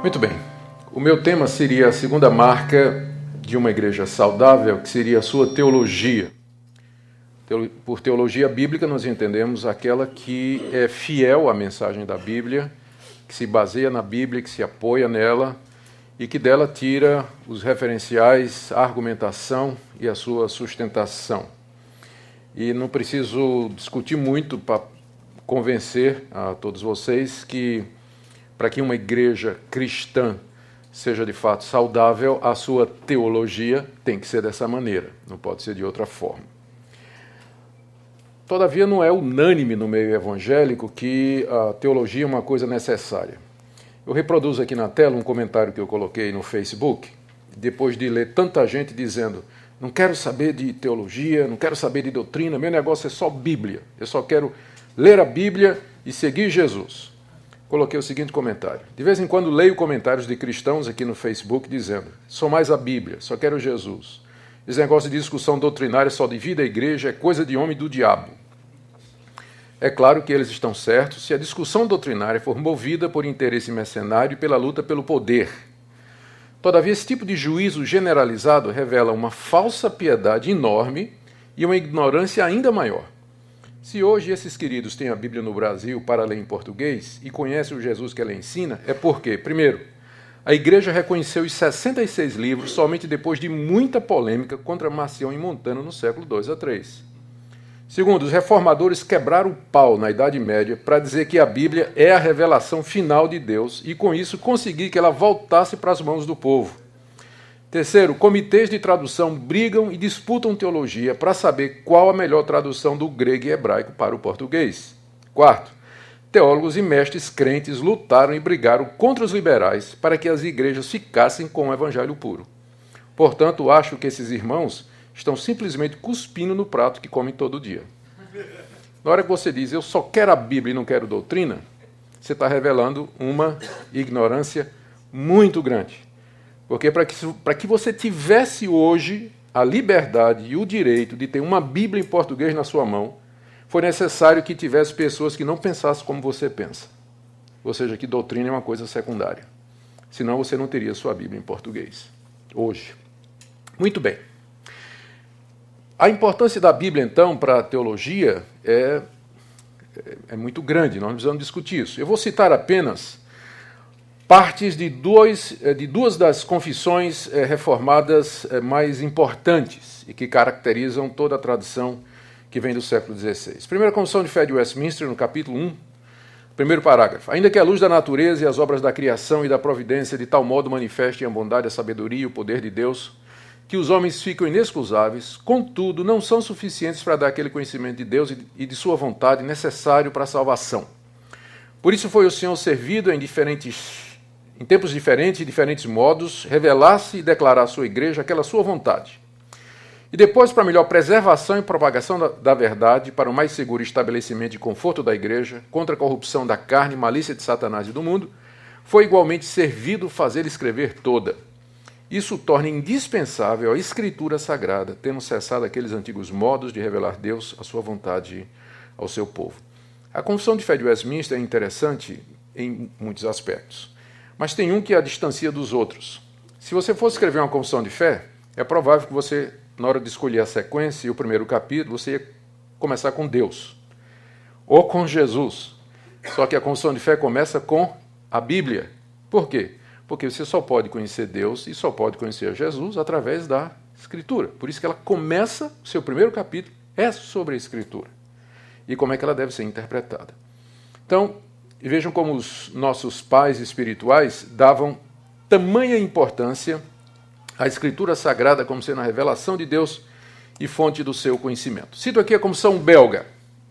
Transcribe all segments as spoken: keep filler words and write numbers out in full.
Muito bem. O meu tema seria a segunda marca de uma igreja saudável, que seria a sua teologia. Por teologia bíblica, nós entendemos aquela que é fiel à mensagem da Bíblia, que se baseia na Bíblia, que se apoia nela e que dela tira os referenciais, a argumentação e a sua sustentação. E não preciso discutir muito para convencer a todos vocês que, para que uma igreja cristã seja de fato saudável, a sua teologia tem que ser dessa maneira, não pode ser de outra forma. Todavia, não é unânime no meio evangélico que a teologia é uma coisa necessária. Eu reproduzo aqui na tela um comentário que eu coloquei no Facebook, depois de ler tanta gente dizendo: não quero saber de teologia, não quero saber de doutrina, meu negócio é só Bíblia, eu só quero ler a Bíblia e seguir Jesus. Coloquei o seguinte comentário: de vez em quando leio comentários de cristãos aqui no Facebook dizendo: sou mais a Bíblia, só quero Jesus. Esse negócio de discussão doutrinária só divide a igreja, é coisa de homem do diabo. É claro que eles estão certos se a discussão doutrinária for movida por interesse mercenário e pela luta pelo poder. Todavia, esse tipo de juízo generalizado revela uma falsa piedade enorme e uma ignorância ainda maior. Se hoje esses queridos têm a Bíblia no Brasil para ler em português e conhecem o Jesus que ela ensina, é porque, primeiro, a igreja reconheceu os sessenta e seis livros somente depois de muita polêmica contra Marcião e Montano no século dois a três. Segundo, os reformadores quebraram o pau na Idade Média para dizer que a Bíblia é a revelação final de Deus e, com isso, conseguir que ela voltasse para as mãos do povo. Terceiro, comitês de tradução brigam e disputam teologia para saber qual a melhor tradução do grego e hebraico para o português. Quarto, teólogos e mestres crentes lutaram e brigaram contra os liberais para que as igrejas ficassem com o evangelho puro. Portanto, acho que esses irmãos estão simplesmente cuspindo no prato que comem todo dia. Na hora que você diz, eu só quero a Bíblia e não quero doutrina, você está revelando uma ignorância muito grande. Porque para que, para que você tivesse hoje a liberdade e o direito de ter uma Bíblia em português na sua mão, foi necessário que tivesse pessoas que não pensassem como você pensa. Ou seja, que doutrina é uma coisa secundária. Senão você não teria sua Bíblia em português. Hoje. Muito bem. A importância da Bíblia, então, para a teologia é, é muito grande, nós precisamos discutir isso. Eu vou citar apenas partes de, dois, de duas das confissões reformadas mais importantes e que caracterizam toda a tradição que vem do século dezesseis. Primeira Confissão de Fé de Westminster, no capítulo um, primeiro parágrafo. Ainda que a luz da natureza e as obras da criação e da providência de tal modo manifestem a bondade, a sabedoria e o poder de Deus, que os homens ficam inexcusáveis, contudo, não são suficientes para dar aquele conhecimento de Deus e de sua vontade necessário para a salvação. Por isso foi o Senhor servido em, diferentes, em tempos diferentes e diferentes modos, revelar-se e declarar à sua igreja aquela sua vontade. E depois, para melhor preservação e propagação da, da verdade, para o mais seguro estabelecimento e conforto da igreja, contra a corrupção da carne, malícia de Satanás e do mundo, foi igualmente servido fazer escrever toda. Isso torna indispensável a Escritura Sagrada, tendo cessado aqueles antigos modos de revelar Deus, a sua vontade ao seu povo. A Confissão de Fé de Westminster é interessante em muitos aspectos, mas tem um que a distancia dos outros. Se você fosse escrever uma Confissão de Fé, é provável que você, na hora de escolher a sequência e o primeiro capítulo, você ia começar com Deus, ou com Jesus. Só que a Confissão de Fé começa com a Bíblia. Por quê? Porque você só pode conhecer Deus e só pode conhecer Jesus através da Escritura. Por isso que ela começa, o seu primeiro capítulo é sobre a Escritura. E como é que ela deve ser interpretada. Então, vejam como os nossos pais espirituais davam tamanha importância à Escritura Sagrada como sendo a revelação de Deus e fonte do seu conhecimento. Cito aqui a Confissão Belga,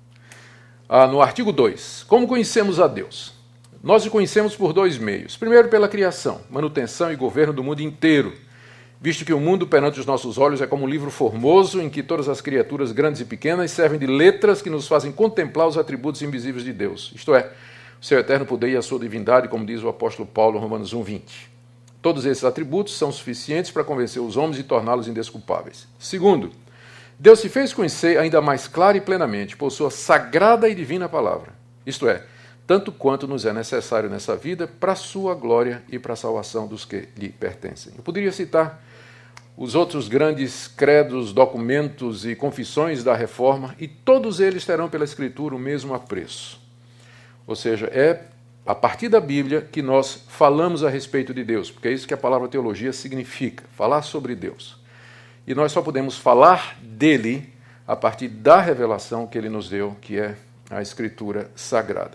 ah, no artigo dois. Como conhecemos a Deus? Nós o conhecemos por dois meios. Primeiro, pela criação, manutenção e governo do mundo inteiro, visto que o mundo perante os nossos olhos é como um livro formoso em que todas as criaturas grandes e pequenas servem de letras que nos fazem contemplar os atributos invisíveis de Deus, isto é, o seu eterno poder e a sua divindade, como diz o apóstolo Paulo em Romanos um, vinte. Todos esses atributos são suficientes para convencer os homens e torná-los indesculpáveis. Segundo, Deus se fez conhecer ainda mais clara e plenamente por sua sagrada e divina palavra, isto é, tanto quanto nos é necessário nessa vida para a sua glória e para a salvação dos que lhe pertencem. Eu poderia citar os outros grandes credos, documentos e confissões da Reforma, e todos eles terão pela Escritura o mesmo apreço. Ou seja, é a partir da Bíblia que nós falamos a respeito de Deus, porque é isso que a palavra teologia significa, falar sobre Deus. E nós só podemos falar dele a partir da revelação que ele nos deu, que é a Escritura Sagrada.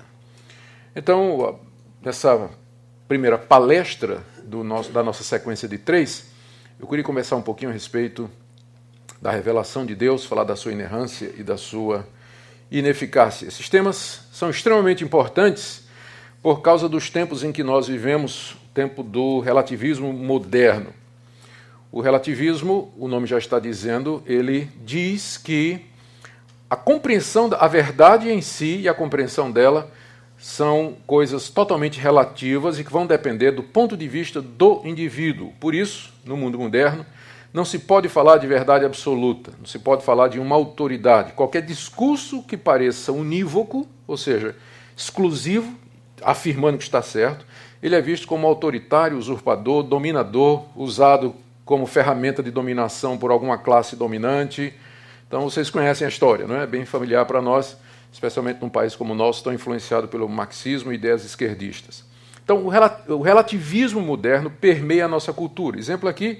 Então, nessa primeira palestra do nosso, da nossa sequência de três, eu queria começar um pouquinho a respeito da revelação de Deus, falar da sua inerrância e da sua ineficácia. Esses temas são extremamente importantes por causa dos tempos em que nós vivemos, o tempo do relativismo moderno. O relativismo, o nome já está dizendo, ele diz que a compreensão, a verdade em si e a compreensão dela são coisas totalmente relativas e que vão depender do ponto de vista do indivíduo. Por isso, no mundo moderno, não se pode falar de verdade absoluta, não se pode falar de uma autoridade. Qualquer discurso que pareça unívoco, ou seja, exclusivo, afirmando que está certo, ele é visto como autoritário, usurpador, dominador, usado como ferramenta de dominação por alguma classe dominante. Então vocês conhecem a história, não é? Bem familiar para nós, especialmente num país como o nosso, tão influenciado pelo marxismo e ideias esquerdistas. Então o relativismo moderno permeia a nossa cultura. Exemplo aqui,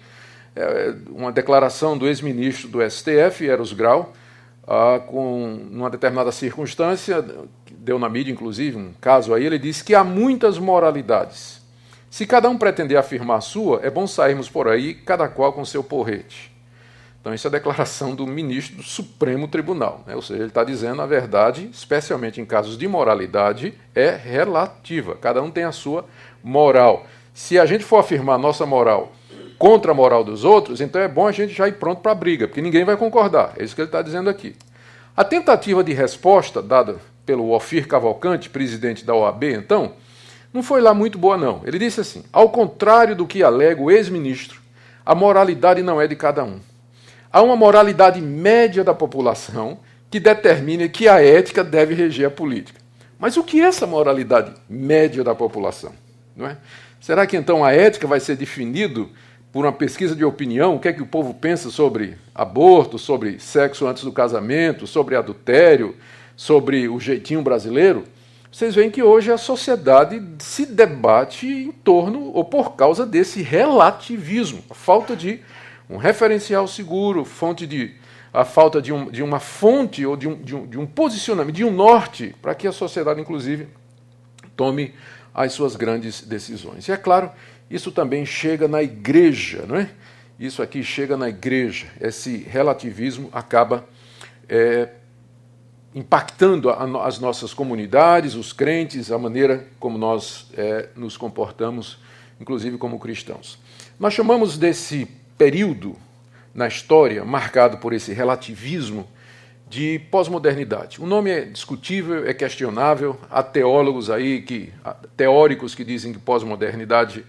é uma declaração do ex-ministro do S T F, Eros Grau, ah, com uma determinada circunstância, deu na mídia inclusive um caso aí, ele disse que há muitas moralidades. Se cada um pretender afirmar a sua, é bom sairmos por aí, cada qual com seu porrete. Então, isso é a declaração do ministro do Supremo Tribunal, né? Ou seja, ele está dizendo a verdade, especialmente em casos de moralidade, é relativa. Cada um tem a sua moral. Se a gente for afirmar a nossa moral contra a moral dos outros, então é bom a gente já ir pronto para a briga, porque ninguém vai concordar. É isso que ele está dizendo aqui. A tentativa de resposta dada pelo Ofir Cavalcante, presidente da O A B, então, não foi lá muito boa, não. Ele disse assim: ao contrário do que alega o ex-ministro, a moralidade não é de cada um. Há uma moralidade média da população que determina que a ética deve reger a política. Mas o que é essa moralidade média da população? Não é? Será que então a ética vai ser definido por uma pesquisa de opinião? O que é que o povo pensa sobre aborto, sobre sexo antes do casamento, sobre adultério, sobre o jeitinho brasileiro? Vocês veem que hoje a sociedade se debate em torno ou por causa desse relativismo, a falta de um referencial seguro, fonte de, a falta de, um, de uma fonte ou de um, de, um, de um posicionamento, de um norte, para que a sociedade, inclusive, tome as suas grandes decisões. E é claro, isso também chega na igreja, não é? Isso aqui chega na igreja. Esse relativismo acaba é, impactando a, as nossas comunidades, os crentes, a maneira como nós é, nos comportamos, inclusive como cristãos. Nós chamamos desse período na história marcado por esse relativismo de pós-modernidade. O nome é discutível, é questionável. Há teólogos aí, que, teóricos que dizem que pós-modernidade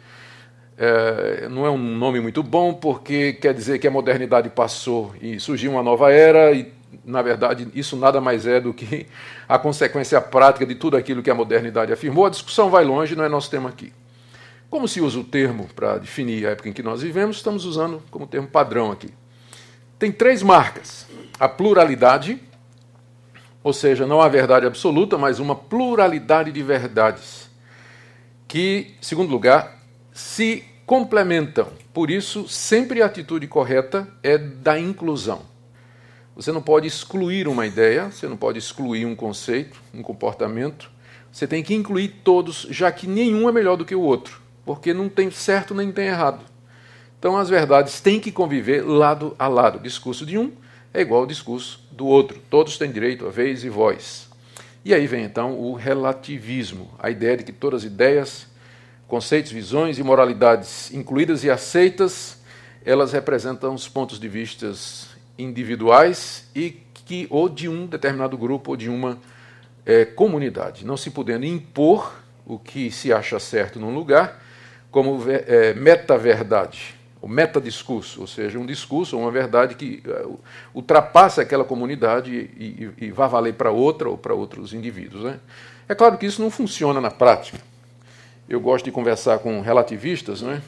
é, não é um nome muito bom, porque quer dizer que a modernidade passou e surgiu uma nova era, e, na verdade, isso nada mais é do que a consequência prática de tudo aquilo que a modernidade afirmou. A discussão vai longe, não é nosso tema aqui. Como se usa o termo para definir a época em que nós vivemos, estamos usando como termo padrão aqui. Tem três marcas. A pluralidade, ou seja, não a verdade absoluta, mas uma pluralidade de verdades, que, em segundo lugar, se complementam. Por isso, sempre a atitude correta é da inclusão. Você não pode excluir uma ideia, você não pode excluir um conceito, um comportamento. Você tem que incluir todos, já que nenhum é melhor do que o outro, porque não tem certo nem tem errado. Então as verdades têm que conviver lado a lado. O discurso de um é igual ao discurso do outro. Todos têm direito a vez e voz. E aí vem então o relativismo, a ideia de que todas as ideias, conceitos, visões e moralidades incluídas e aceitas, elas representam os pontos de vista individuais e que ou de um determinado grupo ou de uma é, comunidade, não se podendo impor o que se acha certo num lugar como é, meta-verdade, o metadiscurso, ou seja, um discurso ou uma verdade que uh, ultrapassa aquela comunidade e, e, e vai valer para outra ou para outros indivíduos, né? É claro que isso não funciona na prática. Eu gosto de conversar com relativistas, não é?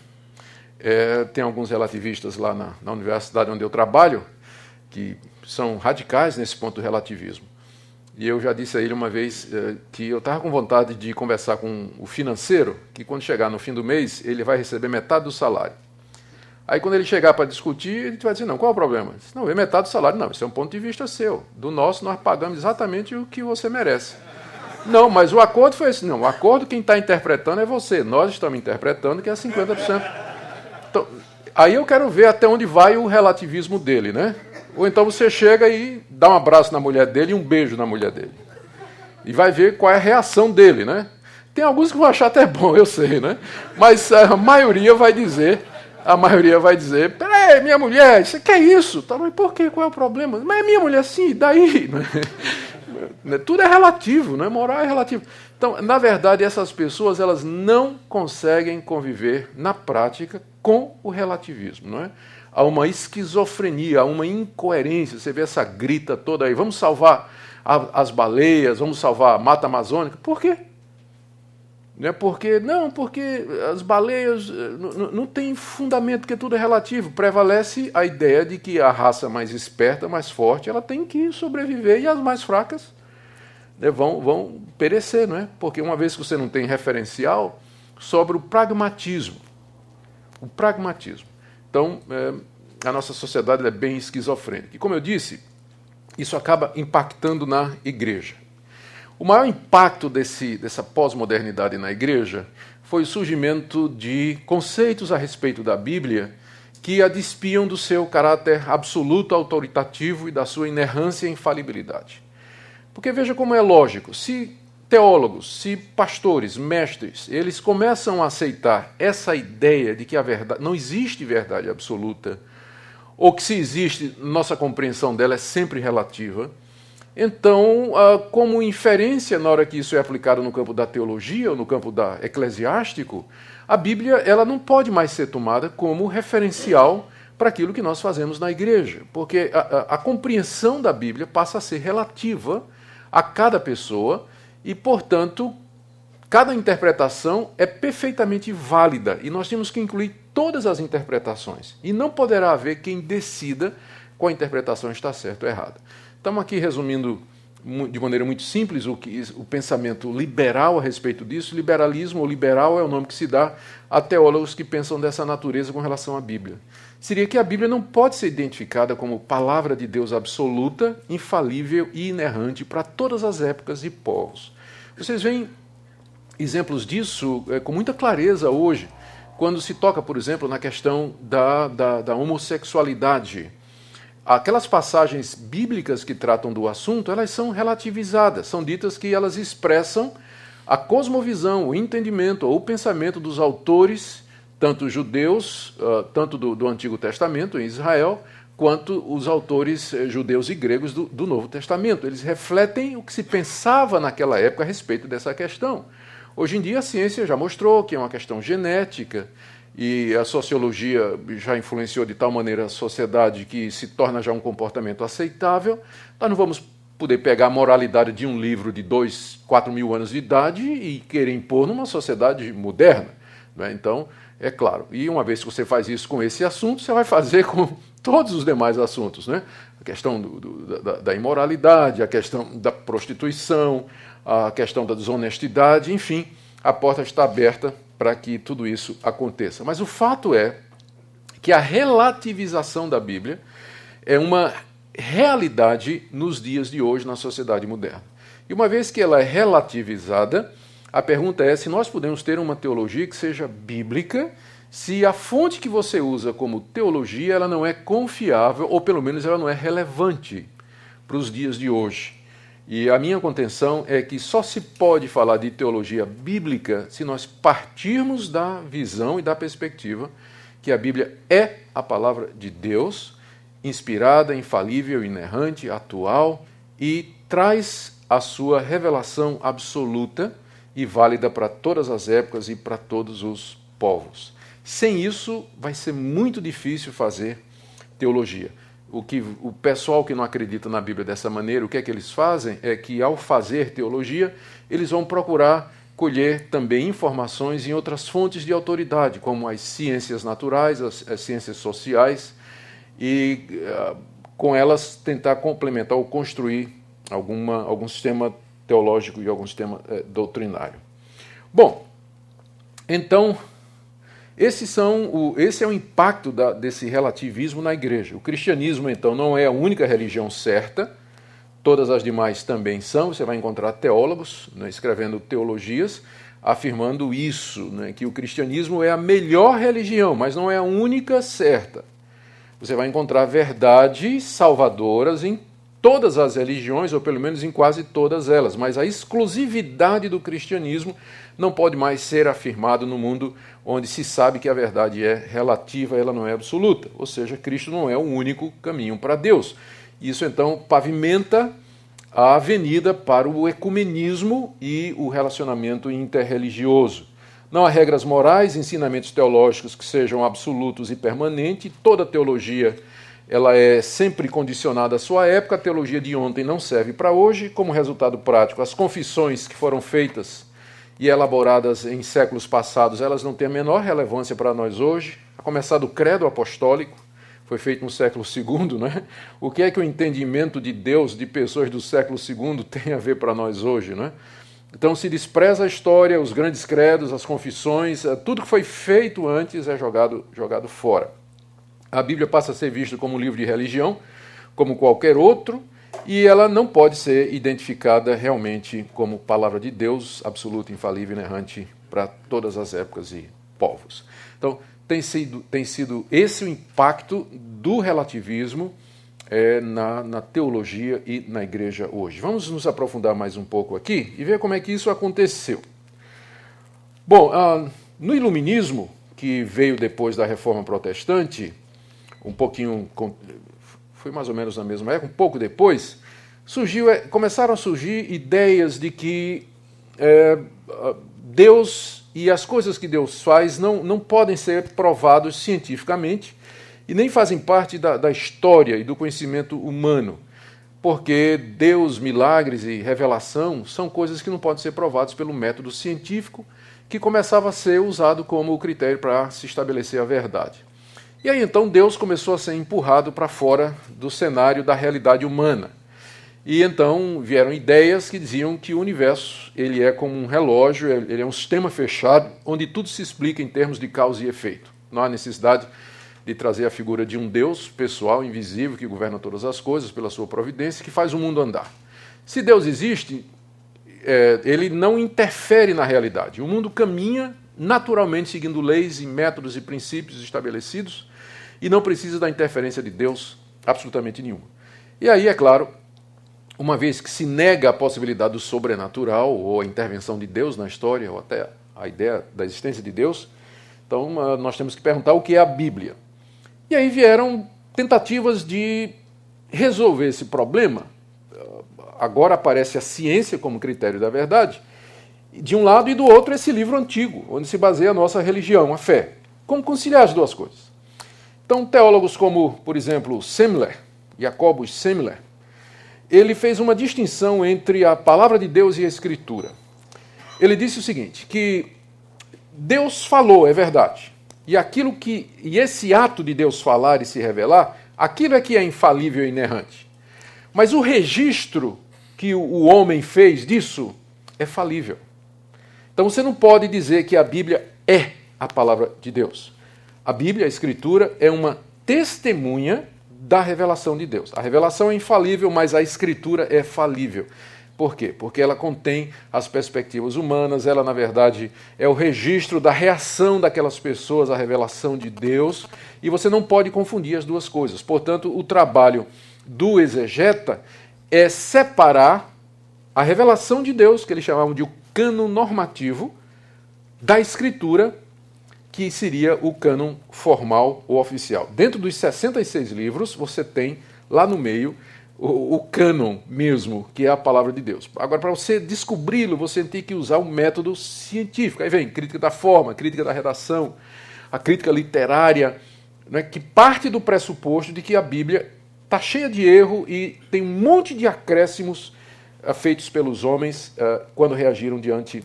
É, tem alguns relativistas lá na, na universidade onde eu trabalho que são radicais nesse ponto do relativismo. E eu já disse a ele uma vez é, que eu estava com vontade de conversar com o financeiro, que quando chegar no fim do mês, ele vai receber metade do salário. Aí quando ele chegar para discutir, ele vai dizer, não, qual é o problema? Disse, não, é metade do salário. Não, isso é um ponto de vista seu. Do nosso, nós pagamos exatamente o que você merece. Não, mas o acordo foi esse. Não, o acordo quem está interpretando é você. Nós estamos interpretando que é cinquenta por cento. Então, aí eu quero ver até onde vai o relativismo dele, né? Ou então você chega e dá um abraço na mulher dele e um beijo na mulher dele. E vai ver qual é a reação dele, né? Tem alguns que vão achar até bom, eu sei, né? Mas a maioria vai dizer, a maioria vai dizer, peraí, minha mulher, você quer isso? Tá, mas por quê? Qual é o problema? Mas é minha mulher, sim, daí? Tudo é relativo, né? Moral é relativo. Então, na verdade, essas pessoas elas não conseguem conviver na prática com o relativismo, não é? Há uma esquizofrenia, há uma incoerência. Você vê essa grita toda aí, vamos salvar a, as baleias, vamos salvar a Mata Amazônica. Por quê? Não é porque, não, porque as baleias não, não tem fundamento, porque tudo é relativo. Prevalece a ideia de que a raça mais esperta, mais forte, ela tem que sobreviver e as mais fracas né, vão, vão perecer, não é? Porque uma vez que você não tem referencial, sobra o pragmatismo. O pragmatismo. Então, é, a nossa sociedade é bem esquizofrênica. E, como eu disse, isso acaba impactando na igreja. O maior impacto desse, dessa pós-modernidade na igreja foi o surgimento de conceitos a respeito da Bíblia que a despiam do seu caráter absoluto, autoritativo e da sua inerrância e infalibilidade. Porque veja como é lógico, se teólogos, se pastores, mestres, eles começam a aceitar essa ideia de que a verdade, não existe verdade absoluta, ou que se existe, nossa compreensão dela é sempre relativa, então, como inferência, na hora que isso é aplicado no campo da teologia ou no campo da eclesiástico, a Bíblia ela não pode mais ser tomada como referencial para aquilo que nós fazemos na igreja, porque a, a, a compreensão da Bíblia passa a ser relativa a cada pessoa, e, portanto, cada interpretação é perfeitamente válida e nós temos que incluir todas as interpretações. E não poderá haver quem decida qual a interpretação está certa ou errada. Estamos aqui resumindo de maneira muito simples o, que, o pensamento liberal a respeito disso. Liberalismo ou liberal é o nome que se dá a teólogos que pensam dessa natureza com relação à Bíblia. Seria que a Bíblia não pode ser identificada como palavra de Deus absoluta, infalível e inerrante para todas as épocas e povos. Vocês veem exemplos disso é, com muita clareza hoje, quando se toca, por exemplo, na questão da, da, da homossexualidade. Aquelas passagens bíblicas que tratam do assunto, elas são relativizadas, são ditas que elas expressam a cosmovisão, o entendimento ou o pensamento dos autores, tanto judeus, tanto do, do Antigo Testamento, em Israel, quanto os autores judeus e gregos do, do Novo Testamento. Eles refletem o que se pensava naquela época a respeito dessa questão. Hoje em dia a ciência já mostrou que é uma questão genética, e a sociologia já influenciou de tal maneira a sociedade que se torna já um comportamento aceitável. Nós não vamos poder pegar a moralidade de um livro de dois, quatro mil anos de idade e querer impor numa sociedade moderna. Né? Então, é claro, e uma vez que você faz isso com esse assunto, você vai fazer com todos os demais assuntos. Né? A questão do, do, da, da imoralidade, a questão da prostituição, a questão da desonestidade, enfim, a porta está aberta para que tudo isso aconteça. Mas o fato é que a relativização da Bíblia é uma realidade nos dias de hoje na sociedade moderna. E uma vez que ela é relativizada, a pergunta é se nós podemos ter uma teologia que seja bíblica, se a fonte que você usa como teologia ela não é confiável, ou pelo menos ela não é relevante para os dias de hoje. E a minha contenção é que só se pode falar de teologia bíblica se nós partirmos da visão e da perspectiva que a Bíblia é a palavra de Deus, inspirada, infalível, inerrante, atual, e traz a sua revelação absoluta e válida para todas as épocas e para todos os povos. Sem isso, vai ser muito difícil fazer teologia. o que o pessoal que não acredita na Bíblia dessa maneira, o que é que eles fazem? É que, ao fazer teologia, eles vão procurar colher também informações em outras fontes de autoridade, como as ciências naturais, as, as ciências sociais, e uh, com elas tentar complementar ou construir alguma, algum sistema teológico e algum sistema uh, doutrinário. Bom, então, esses são o, esse é o impacto da, desse relativismo na igreja. O cristianismo, então, não é a única religião certa, todas as demais também são. Você vai encontrar teólogos, né, escrevendo teologias, afirmando isso, né, que o cristianismo é a melhor religião, mas não é a única certa. Você vai encontrar verdades salvadoras em todas as religiões, ou pelo menos em quase todas elas, mas a exclusividade do cristianismo não pode mais ser afirmado no mundo onde se sabe que a verdade é relativa, ela não é absoluta. Ou seja, Cristo não é o único caminho para Deus. Isso, então, pavimenta a avenida para o ecumenismo e o relacionamento interreligioso. Não há regras morais, ensinamentos teológicos que sejam absolutos e permanentes. Toda teologia ela é sempre condicionada à sua época. A teologia de ontem não serve para hoje. Como resultado prático, as confissões que foram feitas e elaboradas em séculos passados, elas não têm a menor relevância para nós hoje. A começar do credo apostólico, foi feito no século segundo, né? O que é que o entendimento de Deus de pessoas do século segundo tem a ver para nós hoje, né? Então se despreza a história, os grandes credos, as confissões, tudo que foi feito antes é jogado, jogado fora. A Bíblia passa a ser vista como um livro de religião, como qualquer outro, e ela não pode ser identificada realmente como palavra de Deus, absoluta, infalível, inerrante para todas as épocas e povos. Então, tem sido, tem sido esse o impacto do relativismo é, na, na teologia e na igreja hoje. Vamos nos aprofundar mais um pouco aqui e ver como é que isso aconteceu. Bom, ah, no iluminismo, que veio depois da Reforma Protestante, um pouquinho, foi mais ou menos na mesma época, um pouco depois, surgiu, começaram a surgir ideias de que é, Deus e as coisas que Deus faz não, não podem ser provados cientificamente e nem fazem parte da, da história e do conhecimento humano, porque Deus, milagres e revelação são coisas que não podem ser provadas pelo método científico, que começava a ser usado como critério para se estabelecer a verdade. E aí então Deus começou a ser empurrado para fora do cenário da realidade humana. E então vieram ideias que diziam que o universo ele é como um relógio, ele é um sistema fechado, onde tudo se explica em termos de causa e efeito. Não há necessidade de trazer a figura de um Deus pessoal, invisível, que governa todas as coisas pela sua providência, que faz o mundo andar. Se Deus existe, é, ele não interfere na realidade. O mundo caminha naturalmente seguindo leis e métodos e princípios estabelecidos e não precisa da interferência de Deus absolutamente nenhuma. E aí, é claro, uma vez que se nega a possibilidade do sobrenatural ou a intervenção de Deus na história, ou até a ideia da existência de Deus, então nós temos que perguntar o que é a Bíblia. E aí vieram tentativas de resolver esse problema. Agora aparece a ciência como critério da verdade, de um lado, e do outro esse livro antigo, onde se baseia a nossa religião, a fé. Como conciliar as duas coisas? Então teólogos como, por exemplo, Semler, Jacobus Semler, ele fez uma distinção entre a palavra de Deus e a Escritura. Ele disse o seguinte, que Deus falou, é verdade, e aquilo que e esse ato de Deus falar e se revelar, aquilo é que é infalível e inerrante. Mas o registro que o homem fez disso é falível. Então você não pode dizer que a Bíblia é a palavra de Deus. A Bíblia, a Escritura, é uma testemunha da revelação de Deus. A revelação é infalível, mas a Escritura é falível. Por quê? Porque ela contém as perspectivas humanas, ela, na verdade, é o registro da reação daquelas pessoas à revelação de Deus, e você não pode confundir as duas coisas. Portanto, o trabalho do exegeta é separar a revelação de Deus, que eles chamavam de o cânon normativo, da Escritura, que seria o cânon formal ou oficial. Dentro dos sessenta e seis livros, você tem lá no meio o, o cânon mesmo, que é a palavra de Deus. Agora, para você descobri-lo, você tem que usar um método científico. Aí vem crítica da forma, crítica da redação, a crítica literária, né, que parte do pressuposto de que a Bíblia está cheia de erro e tem um monte de acréscimos uh, feitos pelos homens uh, quando reagiram diante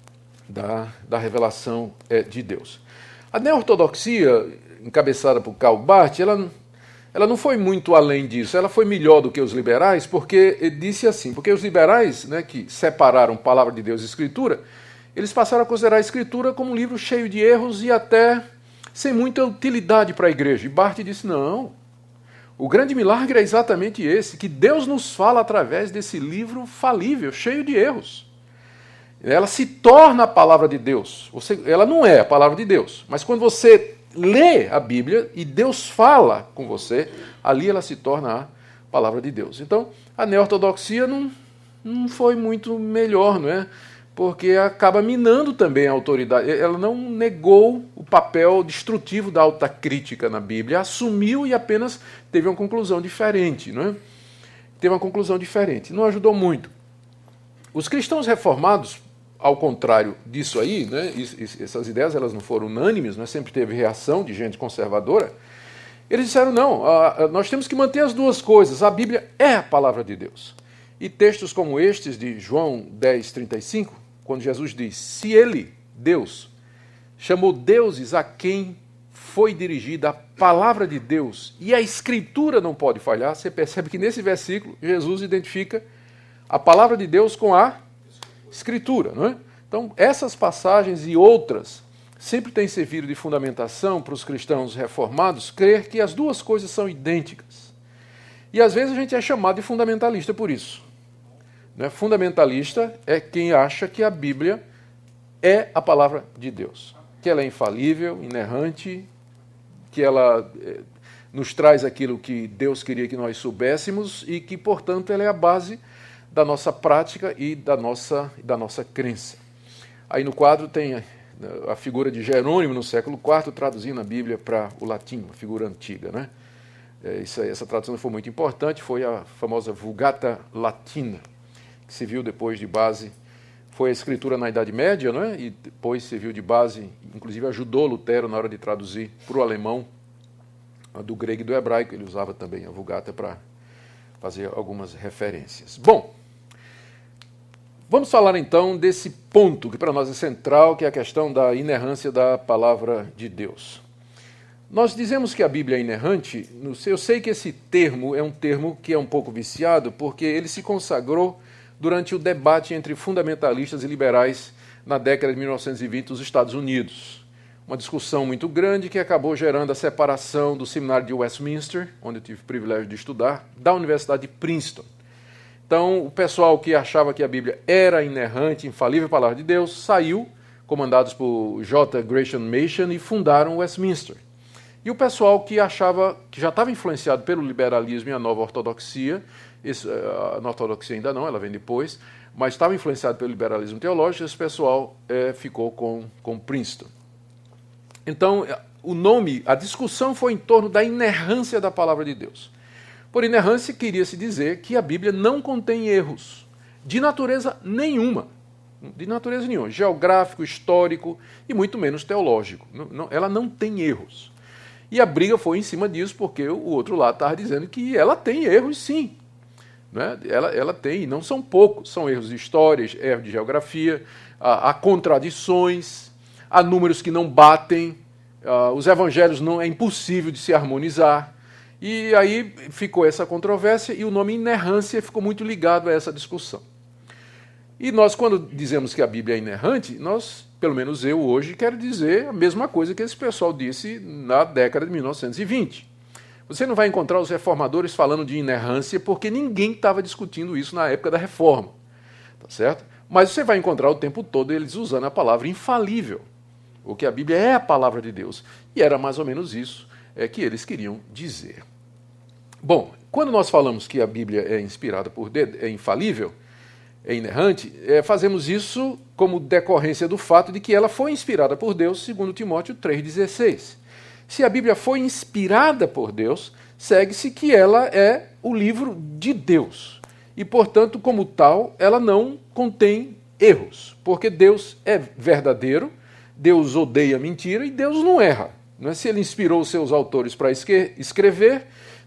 da, da revelação uh, de Deus. A neo-ortodoxia, encabeçada por Karl Barth, ela, ela não foi muito além disso, ela foi melhor do que os liberais, porque ele disse assim, porque os liberais, né, que separaram palavra de Deus e Escritura, eles passaram a considerar a Escritura como um livro cheio de erros e até sem muita utilidade para a igreja. E Barth disse, não, o grande milagre é exatamente esse, que Deus nos fala através desse livro falível, cheio de erros. Ela se torna a palavra de Deus. Você, ela não é a palavra de Deus, mas quando você lê a Bíblia e Deus fala com você, ali ela se torna a palavra de Deus. Então, a neo-ortodoxia não, não foi muito melhor, não é? Porque acaba minando também a autoridade. Ela não negou o papel destrutivo da autocrítica na Bíblia, assumiu e apenas teve uma conclusão diferente, não é? Teve uma conclusão diferente. Não ajudou muito. Os cristãos reformados, ao contrário disso aí, né, essas ideias elas não foram unânimes, né, sempre teve reação de gente conservadora, eles disseram, não, nós temos que manter as duas coisas, a Bíblia é a palavra de Deus. E textos como estes de João dez, trinta e cinco, quando Jesus diz, se ele, Deus, chamou deuses a quem foi dirigida a palavra de Deus e a Escritura não pode falhar, você percebe que nesse versículo Jesus identifica a palavra de Deus com a Escritura, não é? Então, essas passagens e outras sempre têm servido de fundamentação para os cristãos reformados crer que as duas coisas são idênticas. E às vezes a gente é chamado de fundamentalista por isso. Né? Fundamentalista é quem acha que a Bíblia é a palavra de Deus, que ela é infalível, inerrante, que ela eh, nos traz aquilo que Deus queria que nós soubéssemos e que, portanto, ela é a base da nossa prática e da nossa, da nossa crença. Aí no quadro tem a figura de Jerônimo, no século quarto, traduzindo a Bíblia para o latim, uma figura antiga, né? Essa, essa tradução foi muito importante, foi a famosa Vulgata Latina, que serviu depois de base, foi a escritura na Idade Média, né? E depois serviu de base, inclusive ajudou Lutero na hora de traduzir para o alemão, do grego e do hebraico, ele usava também a Vulgata para fazer algumas referências. Bom, vamos falar então desse ponto que para nós é central, que é a questão da inerrância da palavra de Deus. Nós dizemos que a Bíblia é inerrante, eu sei que esse termo é um termo que é um pouco viciado, porque ele se consagrou durante o debate entre fundamentalistas e liberais na década de mil novecentos e vinte nos Estados Unidos. Uma discussão muito grande que acabou gerando a separação do seminário de Westminster, onde eu tive o privilégio de estudar, da Universidade de Princeton. Então, o pessoal que achava que a Bíblia era inerrante, infalível palavra de Deus, saiu, comandados por J. Gresham Machen, e fundaram Westminster. E o pessoal que achava que já estava influenciado pelo liberalismo e a nova ortodoxia, esse, a nova ortodoxia ainda não, ela vem depois, mas estava influenciado pelo liberalismo teológico, esse pessoal é, ficou com, com Princeton. Então, o nome, a discussão foi em torno da inerrância da palavra de Deus. Por inerrância, queria-se dizer que a Bíblia não contém erros, de natureza nenhuma, de natureza nenhuma, geográfico, histórico e muito menos teológico. Não, não, ela não tem erros. E a briga foi em cima disso, porque o outro lado estava dizendo que ela tem erros, sim. Né? Ela, ela tem, e não são poucos, são erros de história, erros de geografia, há, há contradições, há números que não batem, uh, os evangelhos não é impossível de se harmonizar. E aí ficou essa controvérsia e o nome inerrância ficou muito ligado a essa discussão. E nós, quando dizemos que a Bíblia é inerrante, nós, pelo menos eu hoje, quero dizer a mesma coisa que esse pessoal disse na década de mil novecentos e vinte. Você não vai encontrar os reformadores falando de inerrância porque ninguém estava discutindo isso na época da Reforma. Tá certo? Mas você vai encontrar o tempo todo eles usando a palavra infalível, ou que a Bíblia é a palavra de Deus. E era mais ou menos isso é, que eles queriam dizer. Bom, quando nós falamos que a Bíblia é inspirada por Deus, é infalível, é inerrante, é, fazemos isso como decorrência do fato de que ela foi inspirada por Deus, segundo Timóteo três, dezesseis. Se a Bíblia foi inspirada por Deus, segue-se que ela é o livro de Deus. E, portanto, como tal, ela não contém erros, porque Deus é verdadeiro, Deus odeia mentira e Deus não erra. Não é? Se ele inspirou os seus autores para escrever,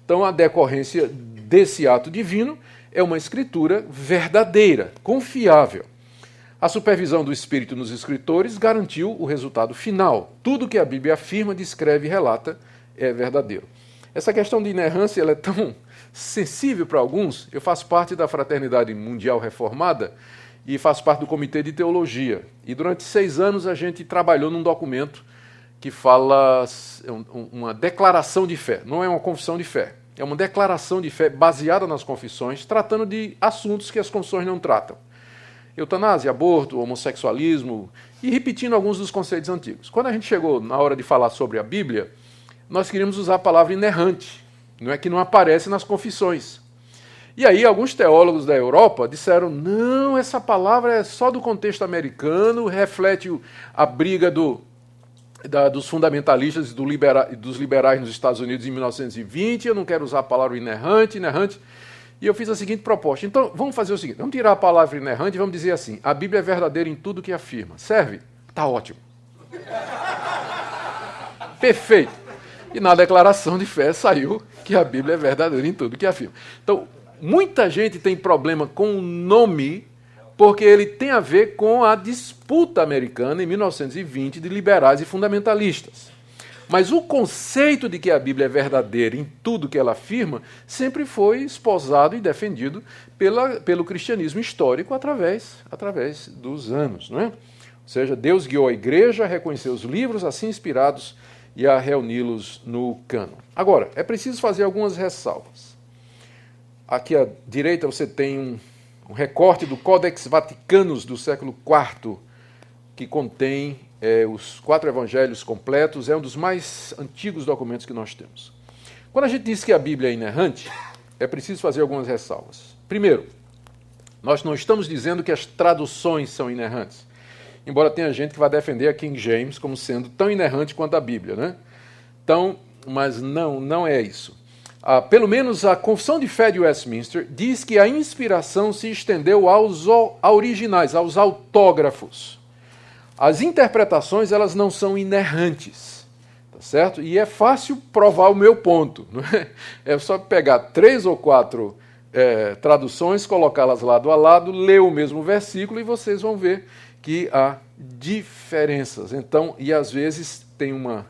Então, a decorrência desse ato divino é uma escritura verdadeira, confiável. A supervisão do Espírito nos escritores garantiu o resultado final. Tudo que a Bíblia afirma, descreve e relata é verdadeiro. Essa questão de inerrância ela é tão sensível para alguns. Eu faço parte da Fraternidade Mundial Reformada e faço parte do Comitê de Teologia. E durante seis anos a gente trabalhou num documento que fala uma declaração de fé. Não é uma confissão de fé. É uma declaração de fé baseada nas confissões, tratando de assuntos que as confissões não tratam. Eutanásia, aborto, homossexualismo, e repetindo alguns dos conceitos antigos. Quando a gente chegou na hora de falar sobre a Bíblia, nós queríamos usar a palavra inerrante, não é que não aparece nas confissões. E aí alguns teólogos da Europa disseram, não, essa palavra é só do contexto americano, reflete a briga do, da, dos fundamentalistas e do libera, dos liberais nos Estados Unidos em mil novecentos e vinte, eu não quero usar a palavra inerrante, inerrante. E eu fiz a seguinte proposta. Então, vamos fazer o seguinte, vamos tirar a palavra inerrante e vamos dizer assim, a Bíblia é verdadeira em tudo que afirma. Serve? Tá ótimo. Perfeito. E na declaração de fé saiu que a Bíblia é verdadeira em tudo que afirma. Então, muita gente tem problema com o nome porque ele tem a ver com a disputa americana em mil novecentos e vinte de liberais e fundamentalistas. Mas o conceito de que a Bíblia é verdadeira em tudo que ela afirma sempre foi esposado e defendido pela, pelo cristianismo histórico através, através dos anos. Não é? Ou seja, Deus guiou a igreja a reconhecer os livros assim inspirados e a reuni-los no cânon. Agora, é preciso fazer algumas ressalvas. Aqui à direita você tem um, um recorte do Codex Vaticanus do século quarto, que contém é, os quatro evangelhos completos, é um dos mais antigos documentos que nós temos. Quando a gente diz que a Bíblia é inerrante, é preciso fazer algumas ressalvas. Primeiro, nós não estamos dizendo que as traduções são inerrantes, embora tenha gente que vai defender a King James como sendo tão inerrante quanto a Bíblia, né? Então, mas não, não é isso. Ah, pelo menos a Confissão de Fé de Westminster diz que a inspiração se estendeu aos originais, aos autógrafos. As interpretações, elas não são inerrantes, tá certo? E é fácil provar o meu ponto, não é? É só pegar três ou quatro é, traduções, colocá-las lado a lado, ler o mesmo versículo e vocês vão ver que há diferenças. Então, e às vezes tem uma,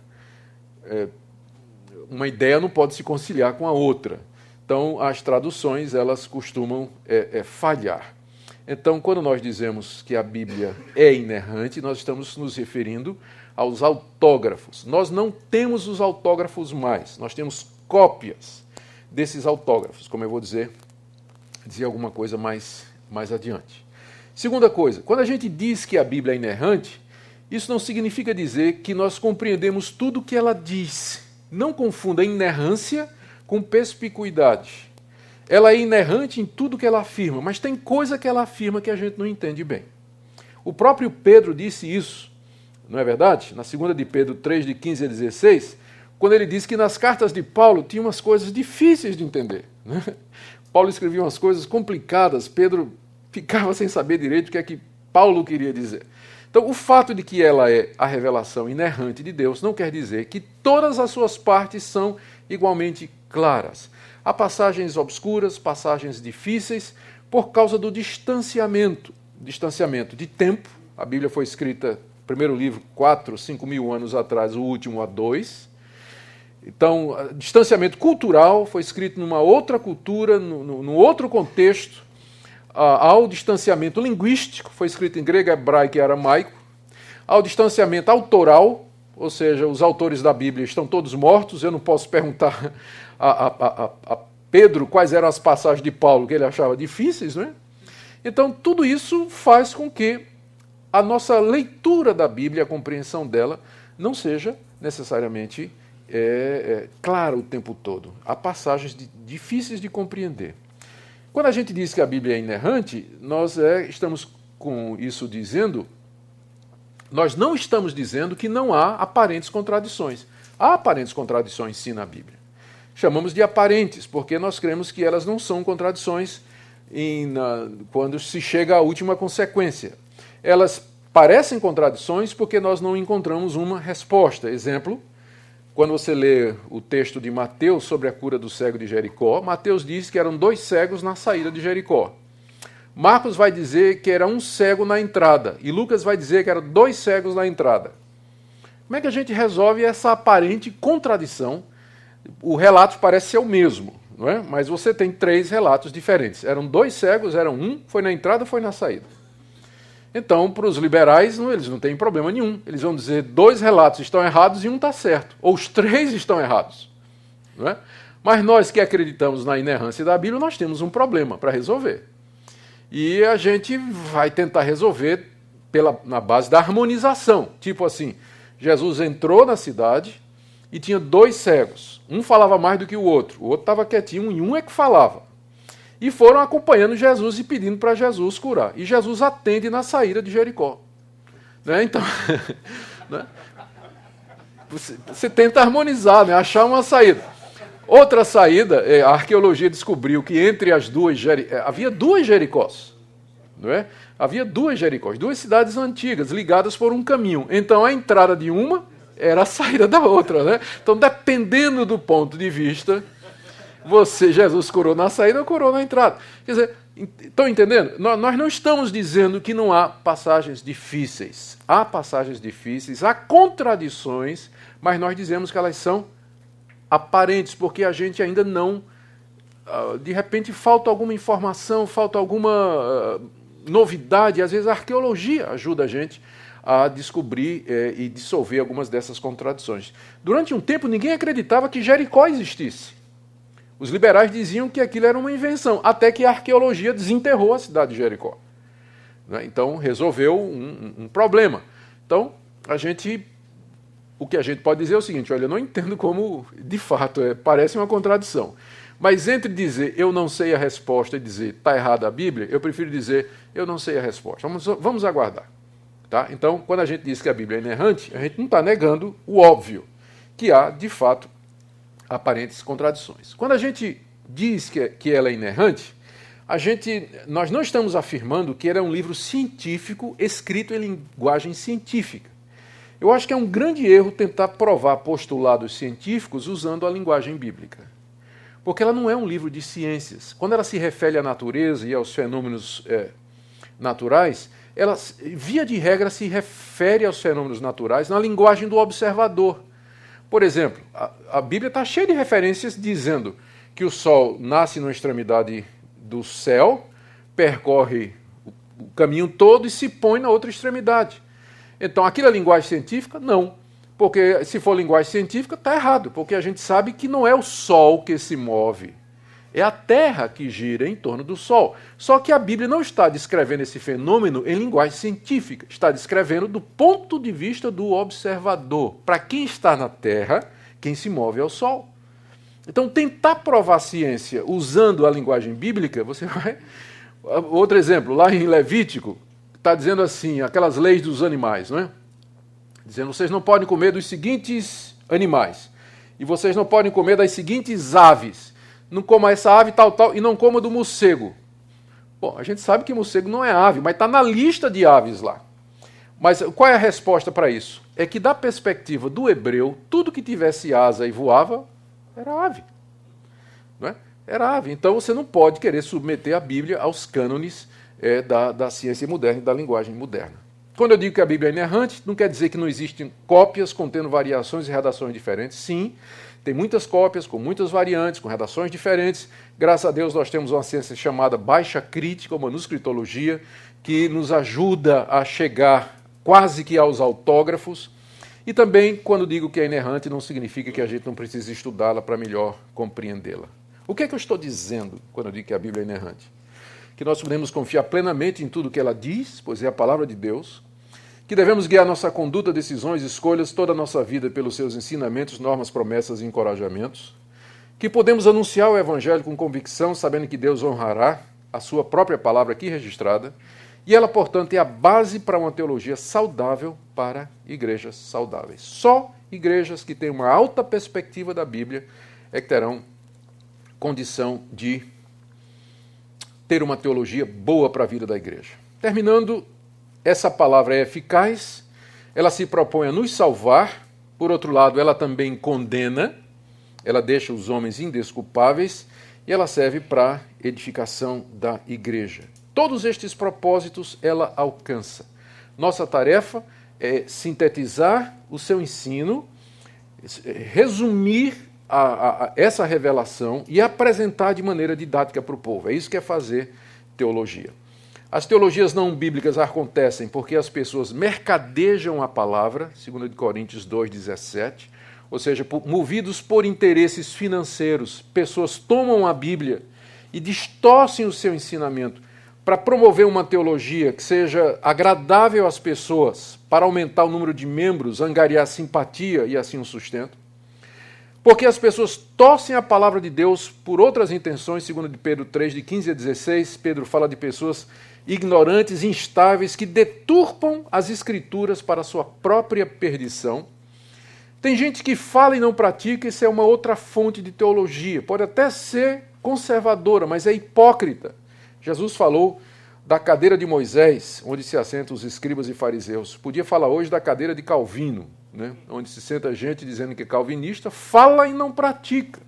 é, uma ideia não pode se conciliar com a outra. Então, as traduções, elas costumam é, é, falhar. Então, quando nós dizemos que a Bíblia é inerrante, nós estamos nos referindo aos autógrafos. Nós não temos os autógrafos mais, nós temos cópias desses autógrafos, como eu vou dizer, dizer alguma coisa mais, mais adiante. Segunda coisa, quando a gente diz que a Bíblia é inerrante, isso não significa dizer que nós compreendemos tudo o que ela diz. Não confunda inerrância com perspicuidade. Ela é inerrante em tudo que ela afirma, mas tem coisa que ela afirma que a gente não entende bem. O próprio Pedro disse isso, não é verdade? Na segunda de Pedro três, de quinze a dezesseis, quando ele disse que nas cartas de Paulo tinha umas coisas difíceis de entender. Né? Paulo escrevia umas coisas complicadas, Pedro ficava sem saber direito o que é que Paulo queria dizer. Então, o fato de que ela é a revelação inerrante de Deus não quer dizer que todas as suas partes são igualmente claras. Há passagens obscuras, passagens difíceis, por causa do distanciamento, distanciamento de tempo. A Bíblia foi escrita, o primeiro livro, quatro, cinco mil anos atrás, o último há dois. Então, distanciamento cultural, foi escrito numa outra cultura, num, num outro contexto. Ao distanciamento linguístico, foi escrito em grego, hebraico e aramaico. Ao distanciamento autoral, ou seja, os autores da Bíblia estão todos mortos, eu não posso perguntar a, a, a, a Pedro quais eram as passagens de Paulo que ele achava difíceis, não é? Então, tudo isso faz com que a nossa leitura da Bíblia, a compreensão dela, não seja necessariamente é, é, clara o tempo todo. Há passagens de, difíceis de compreender. Quando a gente diz que a Bíblia é inerrante, nós é, estamos com isso dizendo, nós não estamos dizendo que não há aparentes contradições. Há aparentes contradições, sim, na Bíblia. Chamamos de aparentes, porque nós cremos que elas não são contradições em, na, quando se chega à última consequência. Elas parecem contradições porque nós não encontramos uma resposta. Exemplo, quando você lê o texto de Mateus sobre a cura do cego de Jericó, Mateus diz que eram dois cegos na saída de Jericó. Marcos vai dizer que era um cego na entrada, e Lucas vai dizer que eram dois cegos na entrada. Como é que a gente resolve essa aparente contradição? O relato parece ser o mesmo, não é? Mas você tem três relatos diferentes. Eram dois cegos, eram um, foi na entrada, foi na saída. Então, para os liberais, não, eles não têm problema nenhum. Eles vão dizer dois relatos estão errados e um está certo. Ou os três estão errados. Não é? Mas nós que acreditamos na inerrância da Bíblia, nós temos um problema para resolver. E a gente vai tentar resolver pela, na base da harmonização. Tipo assim, Jesus entrou na cidade e tinha dois cegos. Um falava mais do que o outro. O outro estava quietinho e um é que falava. E foram acompanhando Jesus e pedindo para Jesus curar. E Jesus atende na saída de Jericó. Né? Então, né? Você, você tenta harmonizar, né? Achar uma saída. Outra saída, a arqueologia descobriu que entre as duas, havia duas Jericós. Não é? Havia duas Jericós, duas cidades antigas, ligadas por um caminho. Então, a entrada de uma era a saída da outra. Né? Então, dependendo do ponto de vista, você, Jesus curou na saída ou curou na entrada. Quer dizer, estão entendendo? Nós não estamos dizendo que não há passagens difíceis. Há passagens difíceis, há contradições, mas nós dizemos que elas são aparentes, porque a gente ainda não, de repente falta alguma informação, falta alguma novidade, às vezes a arqueologia ajuda a gente a descobrir eh, e dissolver algumas dessas contradições. Durante um tempo ninguém acreditava que Jericó existisse. Os liberais diziam que aquilo era uma invenção, até que a arqueologia desenterrou a cidade de Jericó. Né? Então resolveu um, um problema. Então a gente... O que a gente pode dizer é o seguinte, olha, eu não entendo como, de fato, é, parece uma contradição. Mas entre dizer eu não sei a resposta e dizer está errada a Bíblia, eu prefiro dizer eu não sei a resposta. Vamos, vamos aguardar. Tá? Então, quando a gente diz que a Bíblia é inerrante, a gente não está negando o óbvio, que há, de fato, aparentes contradições. Quando a gente diz que, que ela é inerrante, a gente, nós não estamos afirmando que ela é um livro científico escrito em linguagem científica. Eu acho que é um grande erro tentar provar postulados científicos usando a linguagem bíblica. Porque ela não é um livro de ciências. Quando ela se refere à natureza e aos fenômenos é, naturais, ela, via de regra, se refere aos fenômenos naturais na linguagem do observador. Por exemplo, a, a Bíblia está cheia de referências dizendo que o Sol nasce na extremidade do céu, percorre o, o caminho todo e se põe na outra extremidade. Então, aquilo é linguagem científica? Não. Porque se for linguagem científica, está errado. Porque a gente sabe que não é o Sol que se move. É a Terra que gira em torno do Sol. Só que a Bíblia não está descrevendo esse fenômeno em linguagem científica. Está descrevendo do ponto de vista do observador. Para quem está na Terra, quem se move é o Sol. Então, tentar provar a ciência usando a linguagem bíblica, você vai... Outro exemplo, lá em Levítico, está dizendo assim, aquelas leis dos animais, não é? Dizendo, vocês não podem comer dos seguintes animais, e vocês não podem comer das seguintes aves, não coma essa ave tal, tal, e não coma do morcego. Bom, a gente sabe que morcego não é ave, mas está na lista de aves lá. Mas qual é a resposta para isso? É que da perspectiva do hebreu, tudo que tivesse asa e voava, era ave. Não é? Era ave. Então você não pode querer submeter a Bíblia aos cânones É, da, da ciência moderna e da linguagem moderna. Quando eu digo que a Bíblia é inerrante, não quer dizer que não existem cópias contendo variações e redações diferentes. Sim, tem muitas cópias com muitas variantes, com redações diferentes. Graças a Deus nós temos uma ciência chamada baixa crítica, ou manuscritologia, que nos ajuda a chegar quase que aos autógrafos. E também, quando digo que é inerrante, não significa que a gente não precisa estudá-la para melhor compreendê-la. O que é que eu estou dizendo quando eu digo que a Bíblia é inerrante? Que nós podemos confiar plenamente em tudo que ela diz, pois é a palavra de Deus, que devemos guiar nossa conduta, decisões, escolhas, toda a nossa vida pelos seus ensinamentos, normas, promessas e encorajamentos, que podemos anunciar o Evangelho com convicção, sabendo que Deus honrará a sua própria palavra aqui registrada, e ela, portanto, é a base para uma teologia saudável para igrejas saudáveis. Só igrejas que têm uma alta perspectiva da Bíblia é que terão condição de ter uma teologia boa para a vida da igreja. Terminando, essa palavra é eficaz, ela se propõe a nos salvar, Por outro lado, ela também condena, ela deixa os homens indesculpáveis e ela serve para edificação da igreja. Todos estes propósitos ela alcança. Nossa tarefa é sintetizar o seu ensino, resumir a, a, a essa revelação e apresentar de maneira didática para o povo. É isso que é fazer teologia. As teologias não bíblicas acontecem porque as pessoas mercadejam a palavra, segundo Coríntios dois, dezessete, ou seja, movidos por interesses financeiros, pessoas tomam a Bíblia e distorcem o seu ensinamento para promover uma teologia que seja agradável às pessoas, para aumentar o número de membros, angariar simpatia e assim um sustento. Porque as pessoas torcem a palavra de Deus por outras intenções, segundo Pedro três, de quinze a dezesseis, Pedro fala de pessoas ignorantes, instáveis, que deturpam as escrituras para a sua própria perdição. Tem gente que fala e não pratica, isso é uma outra fonte de teologia. Pode até ser conservadora, mas é hipócrita. Jesus falou da cadeira de Moisés, onde se assentam os escribas e fariseus. Podia falar hoje da cadeira de Calvino, né? Onde se senta gente dizendo que é calvinista, fala e não pratica.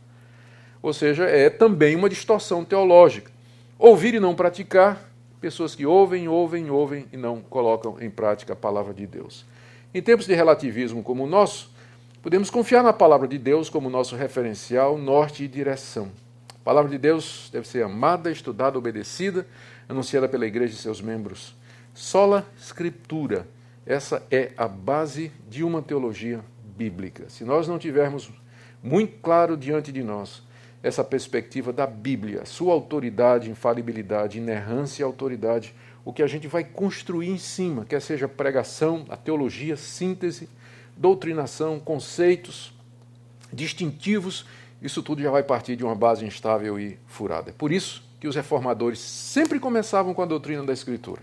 Ou seja, é também uma distorção teológica. Ouvir e não praticar, pessoas que ouvem, ouvem, ouvem e não colocam em prática a palavra de Deus. Em tempos de relativismo como o nosso, podemos confiar na palavra de Deus como nosso referencial, norte e direção. A palavra de Deus deve ser amada, estudada, obedecida, anunciada pela igreja e seus membros. Sola Escritura. Essa é a base de uma teologia bíblica. Se nós não tivermos muito claro diante de nós essa perspectiva da Bíblia, sua autoridade, infalibilidade, inerrância e autoridade, o que a gente vai construir em cima, quer seja pregação, a teologia, síntese, doutrinação, conceitos distintivos, isso tudo já vai partir de uma base instável e furada. É por isso que os reformadores sempre começavam com a doutrina da Escritura.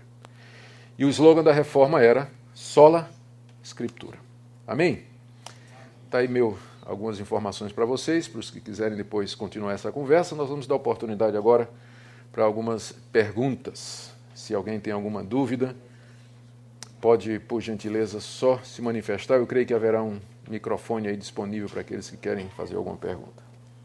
E o slogan da reforma era Sola Escritura. Amém? Está aí meu, algumas informações para vocês, para os que quiserem depois continuar essa conversa. Nós vamos dar oportunidade agora para algumas perguntas. Se alguém tem alguma dúvida, pode, por gentileza, só se manifestar. Eu creio que haverá um microfone aí disponível para aqueles que querem fazer alguma pergunta.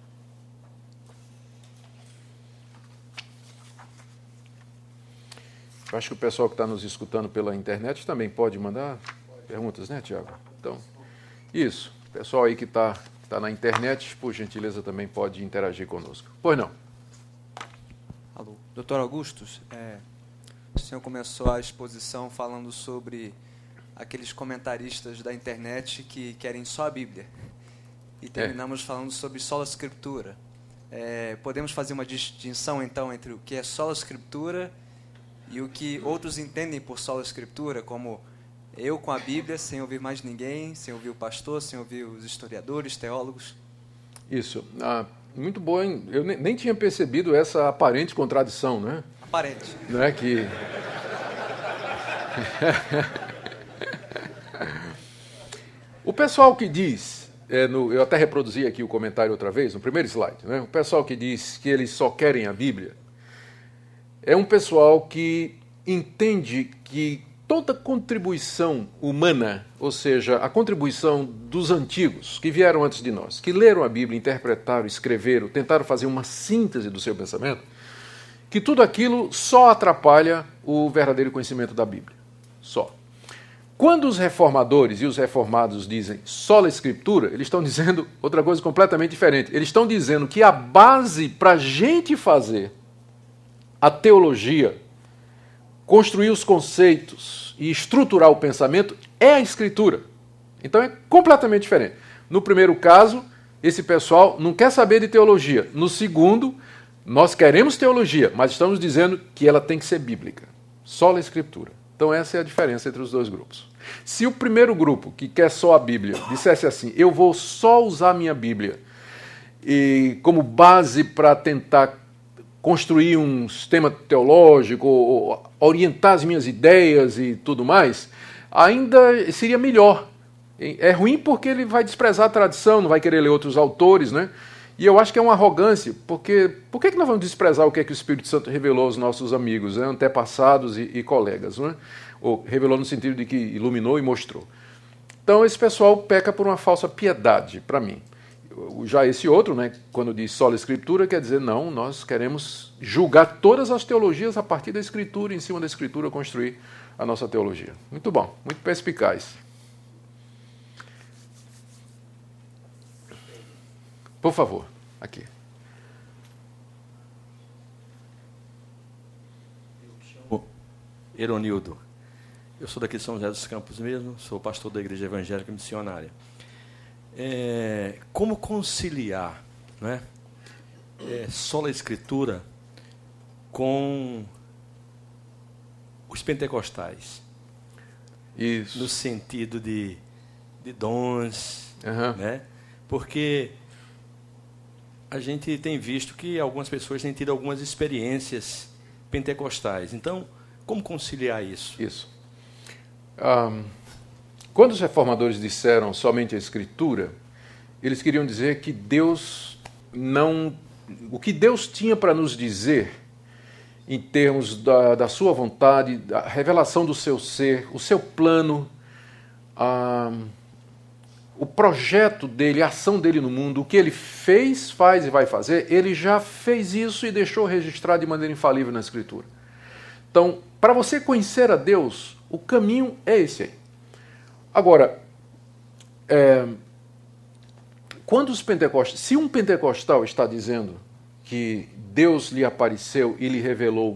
Eu acho que o pessoal que está nos escutando pela internet também pode mandar perguntas, né, Tiago? Então, isso. O pessoal aí que está tá na internet, por gentileza, também pode interagir conosco. Pois não. Alô. doutor Augustus, é, o senhor começou a exposição falando sobre aqueles comentaristas da internet que querem só a Bíblia. E terminamos é. falando sobre sola Escritura. É, podemos fazer uma distinção, então, entre o que é sola Escritura e o que outros entendem por sola Escritura, como eu com a Bíblia, sem ouvir mais ninguém, sem ouvir o pastor, sem ouvir os historiadores, teólogos? Isso. Ah, muito bom. Hein? Eu nem, nem tinha percebido essa aparente contradição, né? Aparente. Não é que... O pessoal que diz, é, no, eu até reproduzi aqui o comentário outra vez, no primeiro slide, né? O pessoal que diz que eles só querem a Bíblia, é um pessoal que entende que toda contribuição humana, ou seja, a contribuição dos antigos que vieram antes de nós, que leram a Bíblia, interpretaram, escreveram, tentaram fazer uma síntese do seu pensamento, que tudo aquilo só atrapalha o verdadeiro conhecimento da Bíblia. Só. Quando os reformadores e os reformados dizem sola Escritura, eles estão dizendo outra coisa completamente diferente. Eles estão dizendo que a base para a gente fazer a teologia, construir os conceitos e estruturar o pensamento é a Escritura. Então é completamente diferente. No primeiro caso, esse pessoal não quer saber de teologia. No segundo, nós queremos teologia, mas estamos dizendo que ela tem que ser bíblica. Sola Escritura. Então essa é a diferença entre os dois grupos. Se o primeiro grupo, que quer só a Bíblia, dissesse assim, eu vou só usar a minha Bíblia e como base para tentar construir um sistema teológico, orientar as minhas ideias e tudo mais, ainda seria melhor. É ruim porque ele vai desprezar a tradição, não vai querer ler outros autores, né? E eu acho que é uma arrogância, porque por que nós vamos desprezar o que é que o Espírito Santo revelou aos nossos amigos, né? Antepassados e, e colegas, né? Ou revelou no sentido de que iluminou e mostrou. Então esse pessoal peca por uma falsa piedade, para mim. Já esse outro, né, quando diz sola escritura, quer dizer, não, nós queremos julgar todas as teologias a partir da escritura, em cima da escritura construir a nossa teologia. Muito bom, muito perspicaz. Por favor, aqui. Eu me chamo Eronildo. Eu sou daqui de São José dos Campos mesmo, sou pastor da Igreja Evangélica Missionária. É, como conciliar, né, é, sola escritura com os pentecostais? Isso. No sentido de, de dons, uhum. né? Porque a gente tem visto que algumas pessoas têm tido algumas experiências pentecostais. Então, como conciliar isso? Isso. Um, quando os reformadores disseram somente a Escritura, eles queriam dizer que Deus não... O que Deus tinha para nos dizer, em termos da, da sua vontade, da revelação do seu ser, o seu plano, um, o projeto dele, a ação dele no mundo, o que ele fez, faz e vai fazer, ele já fez isso e deixou registrado de maneira infalível na Escritura. Então, para você conhecer a Deus, o caminho é esse aí. Agora, é, quando os pentecostais, se um pentecostal está dizendo que Deus lhe apareceu e lhe revelou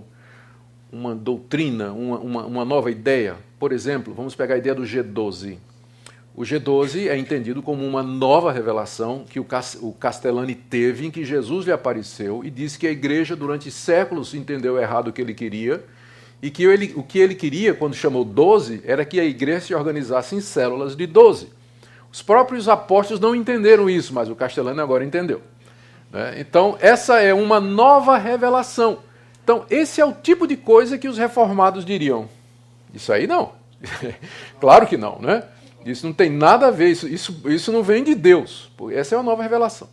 uma doutrina, uma, uma, uma nova ideia, por exemplo, vamos pegar a ideia do G doze. O G doze é entendido como uma nova revelação que o Castellani teve, em que Jesus lhe apareceu e disse que a igreja durante séculos entendeu errado o que ele queria, e que ele, o que ele queria, quando chamou doze, era que a igreja se organizasse em células de doze. Os próprios apóstolos não entenderam isso, mas o Castellani agora entendeu. Né? Então, essa é uma nova revelação. Então, esse é o tipo de coisa que os reformados diriam. Isso aí não. Claro que não, né? Isso não tem nada a ver, isso, isso, isso não vem de Deus. Essa é uma nova revelação.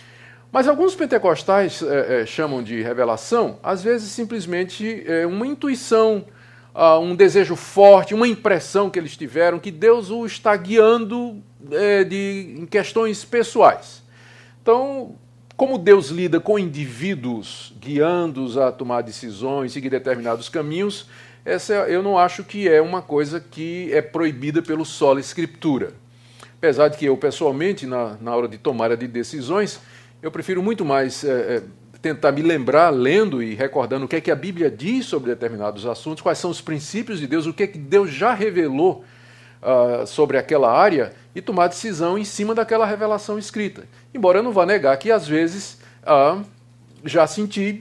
Mas alguns pentecostais é, é, chamam de revelação, às vezes simplesmente é, uma intuição, uh, um desejo forte, uma impressão que eles tiveram, que Deus o está guiando é, de, em questões pessoais. Então, como Deus lida com indivíduos, guiando-os a tomar decisões, seguir determinados caminhos, essa eu não acho que é uma coisa que é proibida pelo sola escritura. Apesar de que eu, pessoalmente, na, na hora de tomar de decisões, eu prefiro muito mais é, tentar me lembrar, lendo e recordando o que é que a Bíblia diz sobre determinados assuntos, quais são os princípios de Deus, o que é que Deus já revelou uh, sobre aquela área e tomar decisão em cima daquela revelação escrita. Embora eu não vá negar que, às vezes, uh, já senti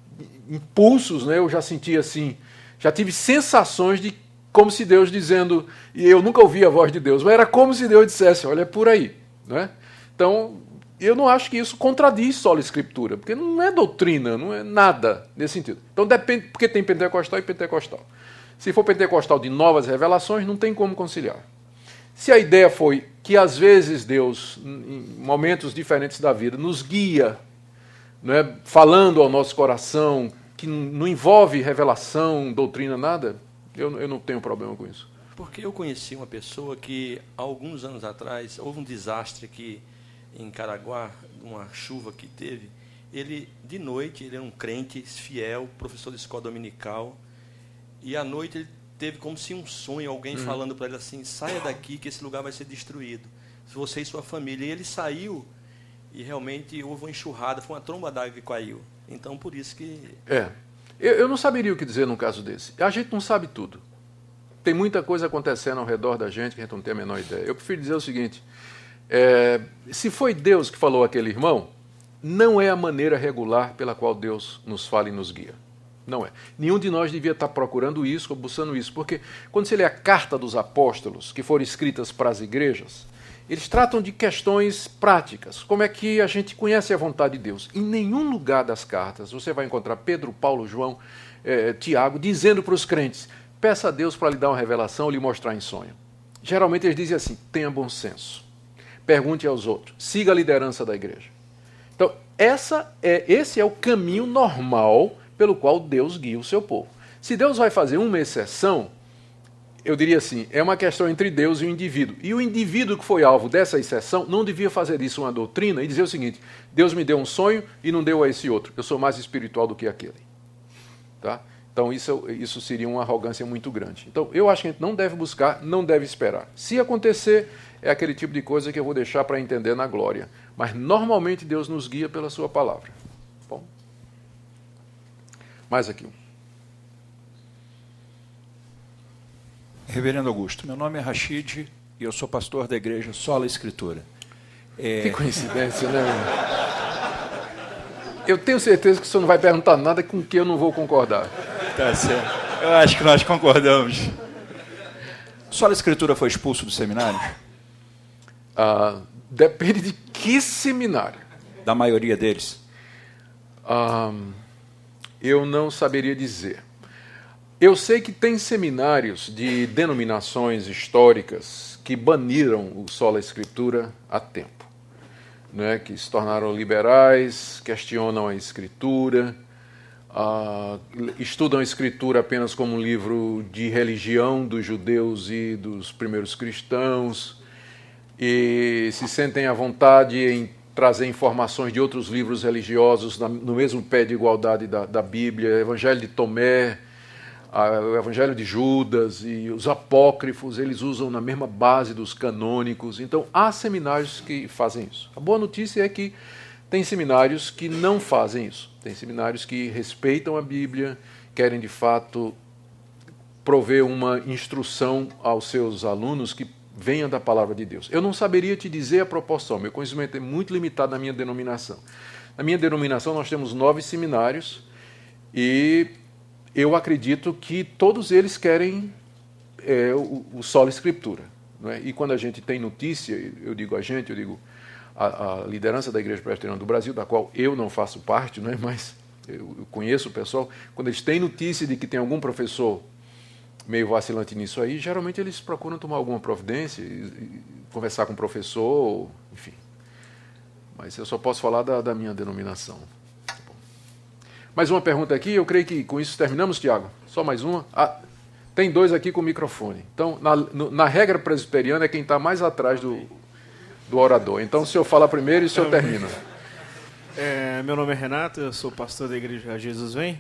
impulsos, né? Eu já senti assim, já tive sensações de como se Deus dizendo, e eu nunca ouvi a voz de Deus, mas era como se Deus dissesse, olha, é por aí. Né? Então, eu não acho que isso contradiz sola escritura, porque não é doutrina, não é nada nesse sentido. Então depende, porque tem pentecostal e pentecostal. Se for pentecostal de novas revelações, não tem como conciliar. Se a ideia foi que às vezes Deus, em momentos diferentes da vida, nos guia, né, falando ao nosso coração, que não envolve revelação, doutrina, nada, eu, eu não tenho problema com isso. Porque eu conheci uma pessoa que, há alguns anos atrás, houve um desastre aqui em Caraguá, uma chuva que teve. Ele, de noite, ele era um crente fiel, professor de escola dominical, e à noite ele teve como se um sonho, alguém hum. falando para ele assim, saia daqui que esse lugar vai ser destruído, você e sua família. E ele saiu e realmente houve uma enxurrada, foi uma tromba d'água que caiu. Então, por isso que... É, eu, eu não saberia o que dizer num caso desse. A gente não sabe tudo. Tem muita coisa acontecendo ao redor da gente que a gente não tem a menor ideia. Eu prefiro dizer o seguinte, é, se foi Deus que falou àquele irmão, não é a maneira regular pela qual Deus nos fala e nos guia. Não é. Nenhum de nós devia estar procurando isso ou buscando isso, porque quando você lê a carta dos apóstolos, que foram escritas para as igrejas, eles tratam de questões práticas, como é que a gente conhece a vontade de Deus. Em nenhum lugar das cartas você vai encontrar Pedro, Paulo, João, eh, Tiago, dizendo para os crentes, peça a Deus para lhe dar uma revelação ou lhe mostrar em sonho. Geralmente eles dizem assim, tenha bom senso, pergunte aos outros, siga a liderança da igreja. Então, essa é, esse é o caminho normal pelo qual Deus guia o seu povo. Se Deus vai fazer uma exceção, eu diria assim, é uma questão entre Deus e o indivíduo. E o indivíduo que foi alvo dessa exceção não devia fazer disso uma doutrina e dizer o seguinte: Deus me deu um sonho e não deu a esse outro. Eu sou mais espiritual do que aquele. Tá? Então isso, isso seria uma arrogância muito grande. Então eu acho que a gente não deve buscar, não deve esperar. Se acontecer, é aquele tipo de coisa que eu vou deixar para entender na glória. Mas normalmente Deus nos guia pela sua palavra. Bom. Mais aqui. Reverendo Augusto, meu nome é Rachid e eu sou pastor da igreja Sola Escritura. É... Que coincidência, né? Eu tenho certeza que o senhor não vai perguntar nada com que eu não vou concordar. Tá certo. Eu acho que nós concordamos. Sola Escritura foi expulso do seminário? Ah, depende de que seminário. Da maioria deles? Ah, eu não saberia dizer. Eu sei que tem seminários de denominações históricas que baniram o Sola Escritura há tempo, né? Que se tornaram liberais, questionam a Escritura, uh, estudam a Escritura apenas como um livro de religião dos judeus e dos primeiros cristãos, e se sentem à vontade em trazer informações de outros livros religiosos no mesmo pé de igualdade da, da Bíblia, Evangelho de Tomé, o Evangelho de Judas e os apócrifos, eles usam na mesma base dos canônicos. Então, há seminários que fazem isso. A boa notícia é que tem seminários que não fazem isso. Tem seminários que respeitam a Bíblia, querem, de fato, prover uma instrução aos seus alunos que venha da palavra de Deus. Eu não saberia te dizer a proporção, meu conhecimento é muito limitado na minha denominação. Na minha denominação, nós temos nove seminários e eu acredito que todos eles querem é, o, o Sola Escritura. Não é? E quando a gente tem notícia, eu digo a gente, eu digo a, a liderança da Igreja Presbiteriana do Brasil, da qual eu não faço parte, não é? Mas eu, eu conheço o pessoal, quando eles têm notícia de que tem algum professor meio vacilante nisso aí, geralmente eles procuram tomar alguma providência, e, e conversar com o professor, enfim. Mas eu só posso falar da, da minha denominação. Mais uma pergunta aqui, eu creio que com isso terminamos, Tiago. Só mais uma. Ah, tem dois aqui com o microfone. Então, na, no, na regra presbiteriana, é quem está mais atrás do, do orador. Então, o senhor fala primeiro e o senhor termina. É, meu nome é Renato, eu sou pastor da Igreja Jesus Vem.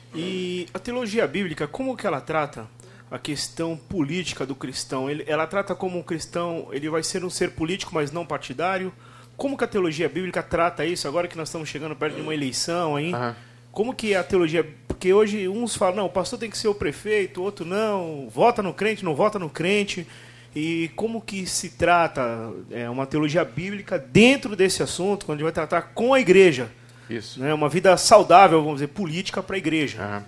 E a teologia bíblica, como que ela trata a questão política do cristão? Ele, ela trata como um cristão, ele vai ser um ser político, mas não partidário? Como que a teologia bíblica trata isso, agora que nós estamos chegando perto de uma eleição aí? Aham. Como que a teologia... Porque hoje uns falam, não, o pastor tem que ser o prefeito, o outro não, vota no crente, não vota no crente. E como que se trata é, uma teologia bíblica dentro desse assunto, quando a gente vai tratar com a igreja? Isso. Né, uma vida saudável, vamos dizer, política para a igreja. Uhum.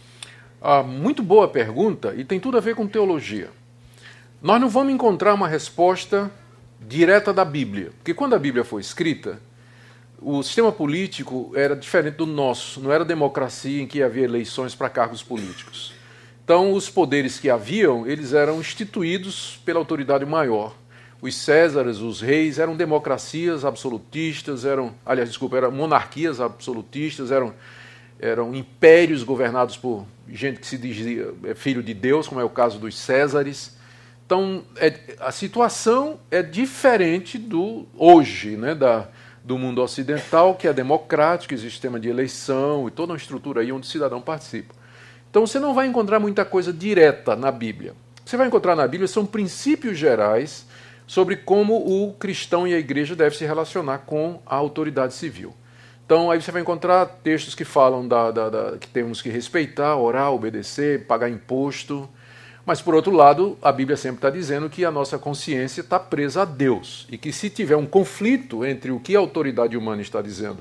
Ah, muito boa pergunta e tem tudo a ver com teologia. Nós não vamos encontrar uma resposta direta da Bíblia, porque quando a Bíblia foi escrita, o sistema político era diferente do nosso, não era democracia em que havia eleições para cargos políticos. Então, os poderes que haviam, eles eram instituídos pela autoridade maior. Os césares, os reis, eram democracias absolutistas, eram, aliás, desculpa, eram monarquias absolutistas, eram, eram impérios governados por gente que se dizia filho de Deus, como é o caso dos césares. Então, é, a situação é diferente do hoje, né, da do mundo ocidental, que é democrático, existe sistema de eleição e toda uma estrutura aí onde o cidadão participa. Então você não vai encontrar muita coisa direta na Bíblia. O que você vai encontrar na Bíblia são princípios gerais sobre como o cristão e a igreja devem se relacionar com a autoridade civil. Então aí você vai encontrar textos que falam da, da, da, que temos que respeitar, orar, obedecer, pagar imposto. Mas, por outro lado, a Bíblia sempre está dizendo que a nossa consciência está presa a Deus e que se tiver um conflito entre o que a autoridade humana está dizendo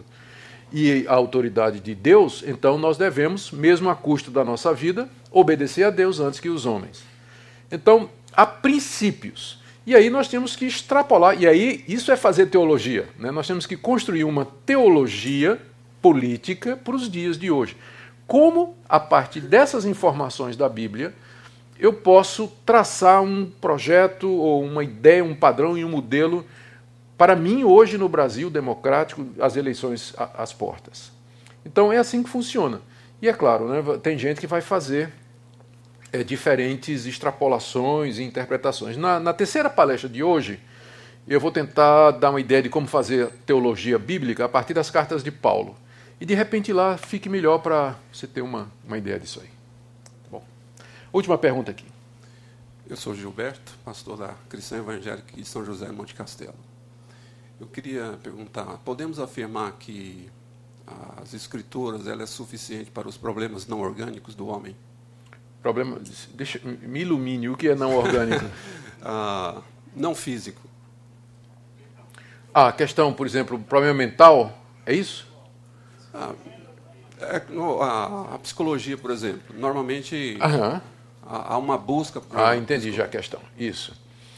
e a autoridade de Deus, então nós devemos, mesmo a custo da nossa vida, obedecer a Deus antes que os homens. Então, há princípios. E aí nós temos que extrapolar, e aí isso é fazer teologia, né? Nós temos que construir uma teologia política para os dias de hoje. Como, a partir dessas informações da Bíblia, eu posso traçar um projeto ou uma ideia, um padrão e um modelo para mim hoje no Brasil democrático, as eleições às portas. Então é assim que funciona. E é claro, né, tem gente que vai fazer é, diferentes extrapolações e interpretações. Na, na terceira palestra de hoje, eu vou tentar dar uma ideia de como fazer teologia bíblica a partir das cartas de Paulo. E de repente lá fique melhor para você ter uma, uma ideia disso aí. Bom, última pergunta aqui. Eu sou Gilberto, pastor da Cristã Evangélica de São José, Monte Castelo. Eu queria perguntar, podemos afirmar que as escrituras ela é suficiente para os problemas não orgânicos do homem? Problema, deixa, me ilumine, o que é não orgânico? ah, não físico. Ah, questão, por exemplo, problema mental, é isso? Ah, é, no, a, a psicologia, por exemplo, normalmente Aham. há, há uma busca... Por Ah, entendi já a questão, isso.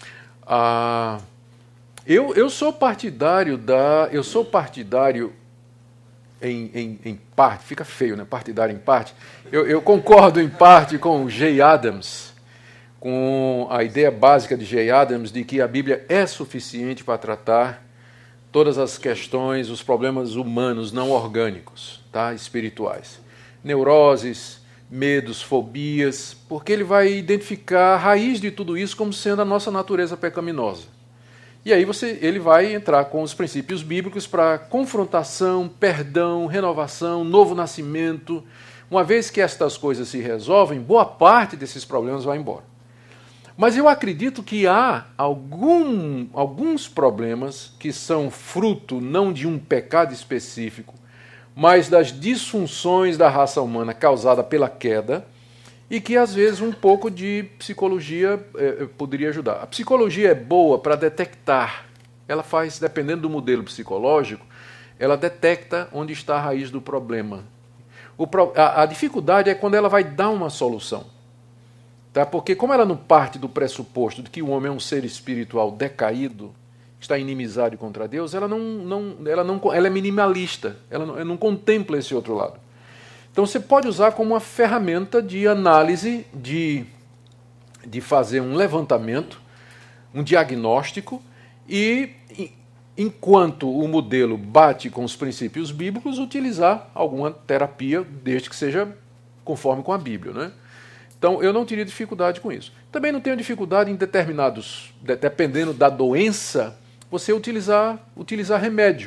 Ah, eu, eu sou partidário da... Eu sou partidário... Em, em, em parte, fica feio, né? Partidário em parte. Eu, eu concordo em parte com Jay Adams, com a ideia básica de Jay Adams de que a Bíblia é suficiente para tratar todas as questões, os problemas humanos não orgânicos, tá? Espirituais. Neuroses, medos, fobias, porque ele vai identificar a raiz de tudo isso como sendo a nossa natureza pecaminosa. E aí você, ele vai entrar com os princípios bíblicos para confrontação, perdão, renovação, novo nascimento. Uma vez que estas coisas se resolvem, boa parte desses problemas vai embora. Mas eu acredito que há algum, alguns problemas que são fruto não de um pecado específico, mas das disfunções da raça humana causada pela queda, e que, às vezes, um pouco de psicologia eh, poderia ajudar. A psicologia é boa para detectar. Ela faz, dependendo do modelo psicológico, ela detecta onde está a raiz do problema. O pro, a, a dificuldade é quando ela vai dar uma solução. Tá? Porque, como ela não parte do pressuposto de que o homem é um ser espiritual decaído, está inimizado contra Deus, ela, não, não, ela, não, ela é minimalista. Ela não, ela não contempla esse outro lado. Então você pode usar como uma ferramenta de análise, de, de fazer um levantamento, um diagnóstico, e enquanto o modelo bate com os princípios bíblicos, utilizar alguma terapia, desde que seja conforme com a Bíblia, né? Então eu não teria dificuldade com isso. Também não tenho dificuldade em determinados, dependendo da doença, você utilizar, utilizar remédio.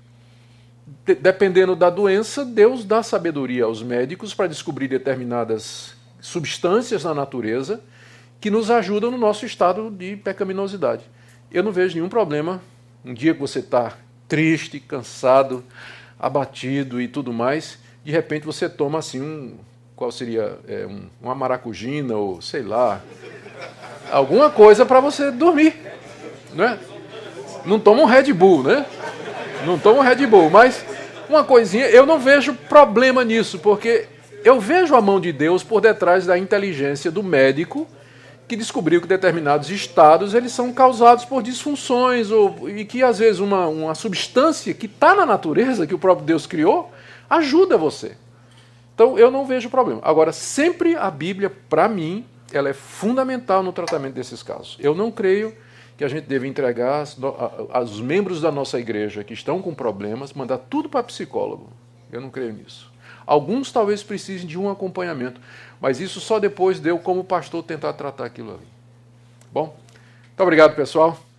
Dependendo da doença, Deus dá sabedoria aos médicos para descobrir determinadas substâncias na natureza que nos ajudam no nosso estado de pecaminosidade. Eu não vejo nenhum problema. Um dia que você está triste, cansado, abatido e tudo mais, de repente você toma assim um... Qual seria? É, um, uma maracujina ou sei lá... Alguma coisa para você dormir. Né? Não toma um Red Bull, né? Não tomo Red Bull, mas uma coisinha, eu não vejo problema nisso, porque eu vejo a mão de Deus por detrás da inteligência do médico que descobriu que determinados estados eles são causados por disfunções ou, e que às vezes uma, uma substância que está na natureza, que o próprio Deus criou, ajuda você. Então eu não vejo problema. Agora, sempre a Bíblia, para mim, ela é fundamental no tratamento desses casos. Eu não creio que a gente deve entregar aos membros da nossa igreja que estão com problemas, mandar tudo para psicólogo. Eu não creio nisso. Alguns talvez precisem de um acompanhamento, mas isso só depois de eu, como pastor, tentar tratar aquilo ali. Bom, muito obrigado, pessoal.